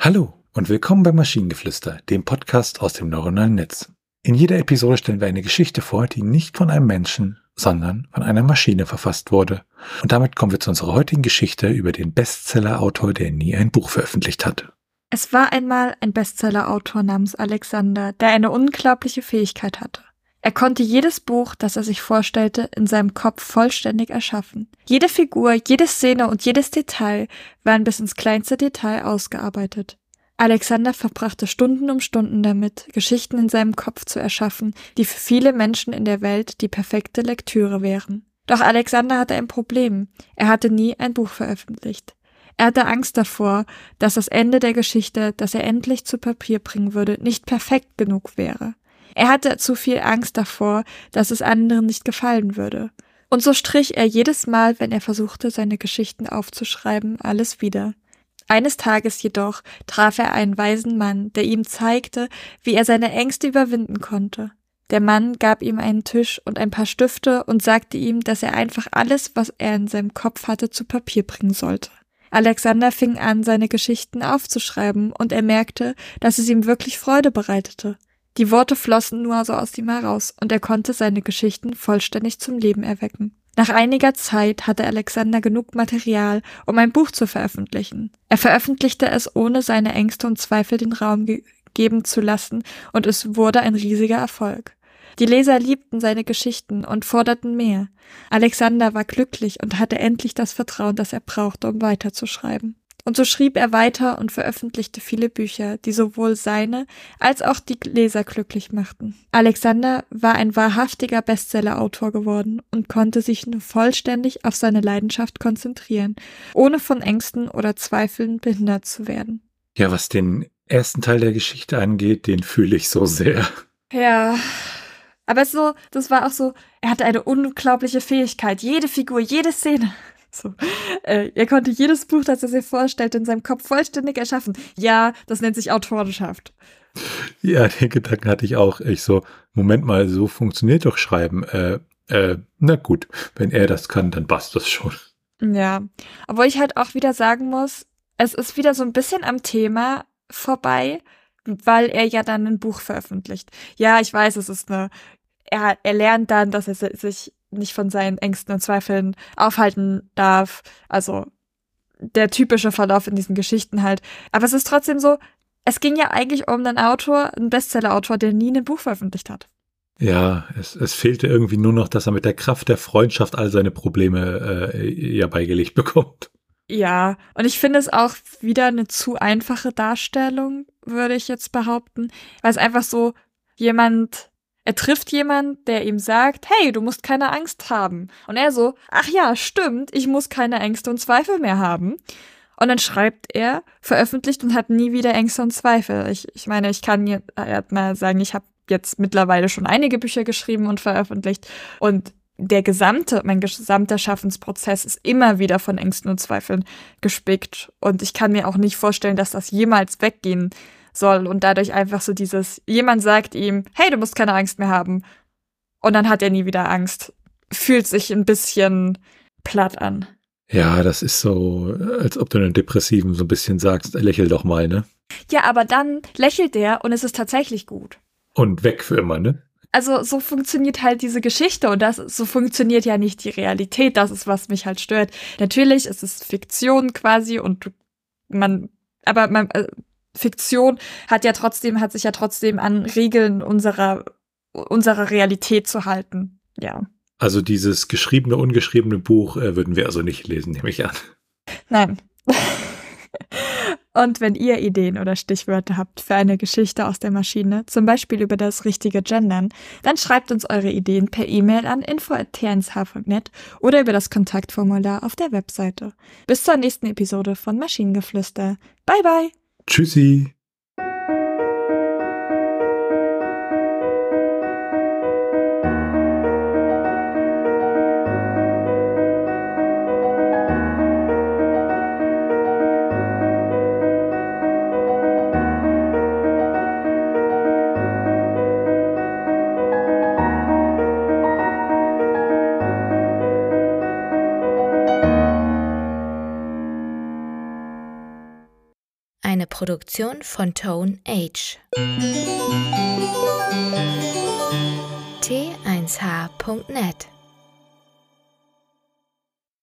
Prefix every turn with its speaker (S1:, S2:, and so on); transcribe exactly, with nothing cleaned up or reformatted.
S1: Hallo und willkommen bei Maschinengeflüster, dem Podcast aus dem neuronalen Netz. In jeder Episode stellen wir eine Geschichte vor, die nicht von einem Menschen, sondern von einer Maschine verfasst wurde. Und damit kommen wir zu unserer heutigen Geschichte über den Bestseller-Autor, der nie ein Buch veröffentlicht hat.
S2: Es war einmal ein Bestseller-Autor namens Alexander, der eine unglaubliche Fähigkeit hatte. Er konnte jedes Buch, das er sich vorstellte, in seinem Kopf vollständig erschaffen. Jede Figur, jede Szene und jedes Detail waren bis ins kleinste Detail ausgearbeitet. Alexander verbrachte Stunden um Stunden damit, Geschichten in seinem Kopf zu erschaffen, die für viele Menschen in der Welt die perfekte Lektüre wären. Doch Alexander hatte ein Problem. Er hatte nie ein Buch veröffentlicht. Er hatte Angst davor, dass das Ende der Geschichte, das er endlich zu Papier bringen würde, nicht perfekt genug wäre. Er hatte zu viel Angst davor, dass es anderen nicht gefallen würde. Und so strich er jedes Mal, wenn er versuchte, seine Geschichten aufzuschreiben, alles wieder. Eines Tages jedoch traf er einen weisen Mann, der ihm zeigte, wie er seine Ängste überwinden konnte. Der Mann gab ihm einen Tisch und ein paar Stifte und sagte ihm, dass er einfach alles, was er in seinem Kopf hatte, zu Papier bringen sollte. Alexander fing an, seine Geschichten aufzuschreiben, und er merkte, dass es ihm wirklich Freude bereitete. Die Worte flossen nur so aus ihm heraus, und er konnte seine Geschichten vollständig zum Leben erwecken. Nach einiger Zeit hatte Alexander genug Material, um ein Buch zu veröffentlichen. Er veröffentlichte es, ohne seine Ängste und Zweifel den Raum ge- geben zu lassen, und es wurde ein riesiger Erfolg. Die Leser liebten seine Geschichten und forderten mehr. Alexander war glücklich und hatte endlich das Vertrauen, das er brauchte, um weiterzuschreiben. Und so schrieb er weiter und veröffentlichte viele Bücher, die sowohl seine als auch die Leser glücklich machten. Alexander war ein wahrhaftiger Bestseller-Autor geworden und konnte sich nur vollständig auf seine Leidenschaft konzentrieren, ohne von Ängsten oder Zweifeln behindert zu werden.
S1: Ja, was den ersten Teil der Geschichte angeht, den fühle ich so sehr.
S2: Ja, aber so, das war auch so, er hatte eine unglaubliche Fähigkeit, jede Figur, jede Szene. So. Äh, er konnte jedes Buch, das er sich vorstellte, in seinem Kopf vollständig erschaffen. Ja, das nennt sich Autorenschaft.
S1: Ja, den Gedanken hatte ich auch. Ich so, Moment mal, so funktioniert doch Schreiben. Äh, äh, na gut, wenn er das kann, dann passt das schon.
S2: Ja, obwohl ich halt auch wieder sagen muss, es ist wieder so ein bisschen am Thema vorbei, weil er ja dann ein Buch veröffentlicht. Ja, ich weiß, es ist eine, er, er lernt dann, dass er sich nicht von seinen Ängsten und Zweifeln aufhalten darf. Also der typische Verlauf in diesen Geschichten halt. Aber es ist trotzdem so, es ging ja eigentlich um einen Autor, einen Bestseller-Autor, der nie ein Buch veröffentlicht hat.
S1: Ja, es, es fehlte irgendwie nur noch, dass er mit der Kraft der Freundschaft all seine Probleme äh, ja beigelegt bekommt.
S2: Ja, und ich finde es auch wieder eine zu einfache Darstellung, würde ich jetzt behaupten. Weil es einfach so, jemand, er trifft jemand, der ihm sagt, hey, du musst keine Angst haben. Und er so, ach ja, stimmt, ich muss keine Ängste und Zweifel mehr haben. Und dann schreibt er, veröffentlicht und hat nie wieder Ängste und Zweifel. Ich, ich meine, ich kann jetzt mal sagen, ich habe jetzt mittlerweile schon einige Bücher geschrieben und veröffentlicht. Und der gesamte, mein gesamter Schaffensprozess ist immer wieder von Ängsten und Zweifeln gespickt. Und ich kann mir auch nicht vorstellen, dass das jemals weggehen soll. Und dadurch einfach so dieses, jemand sagt ihm, hey, du musst keine Angst mehr haben. Und dann hat er nie wieder Angst. Fühlt sich ein bisschen platt an.
S1: Ja, das ist so, als ob du einen Depressiven so ein bisschen sagst, lächel doch mal, ne?
S2: Ja, aber dann lächelt er und es ist tatsächlich gut.
S1: Und weg für immer, ne?
S2: Also so funktioniert halt diese Geschichte, und das so funktioniert ja nicht die Realität. Das ist, was mich halt stört. Natürlich ist es Fiktion quasi, und man, aber man, äh, Fiktion hat ja trotzdem, hat sich ja trotzdem an Regeln unserer, unserer Realität zu halten. Ja.
S1: Also dieses geschriebene, ungeschriebene Buch äh, würden wir also nicht lesen, nehme ich an.
S2: Nein. Und wenn ihr Ideen oder Stichwörter habt für eine Geschichte aus der Maschine, zum Beispiel über das richtige Gendern, dann schreibt uns eure Ideen per E-Mail an info at t eins h punkt net oder über das Kontaktformular auf der Webseite. Bis zur nächsten Episode von Maschinengeflüster. Bye bye!
S1: Tschüssi!
S3: Eine Produktion von Tone Age. T eins H Punkt net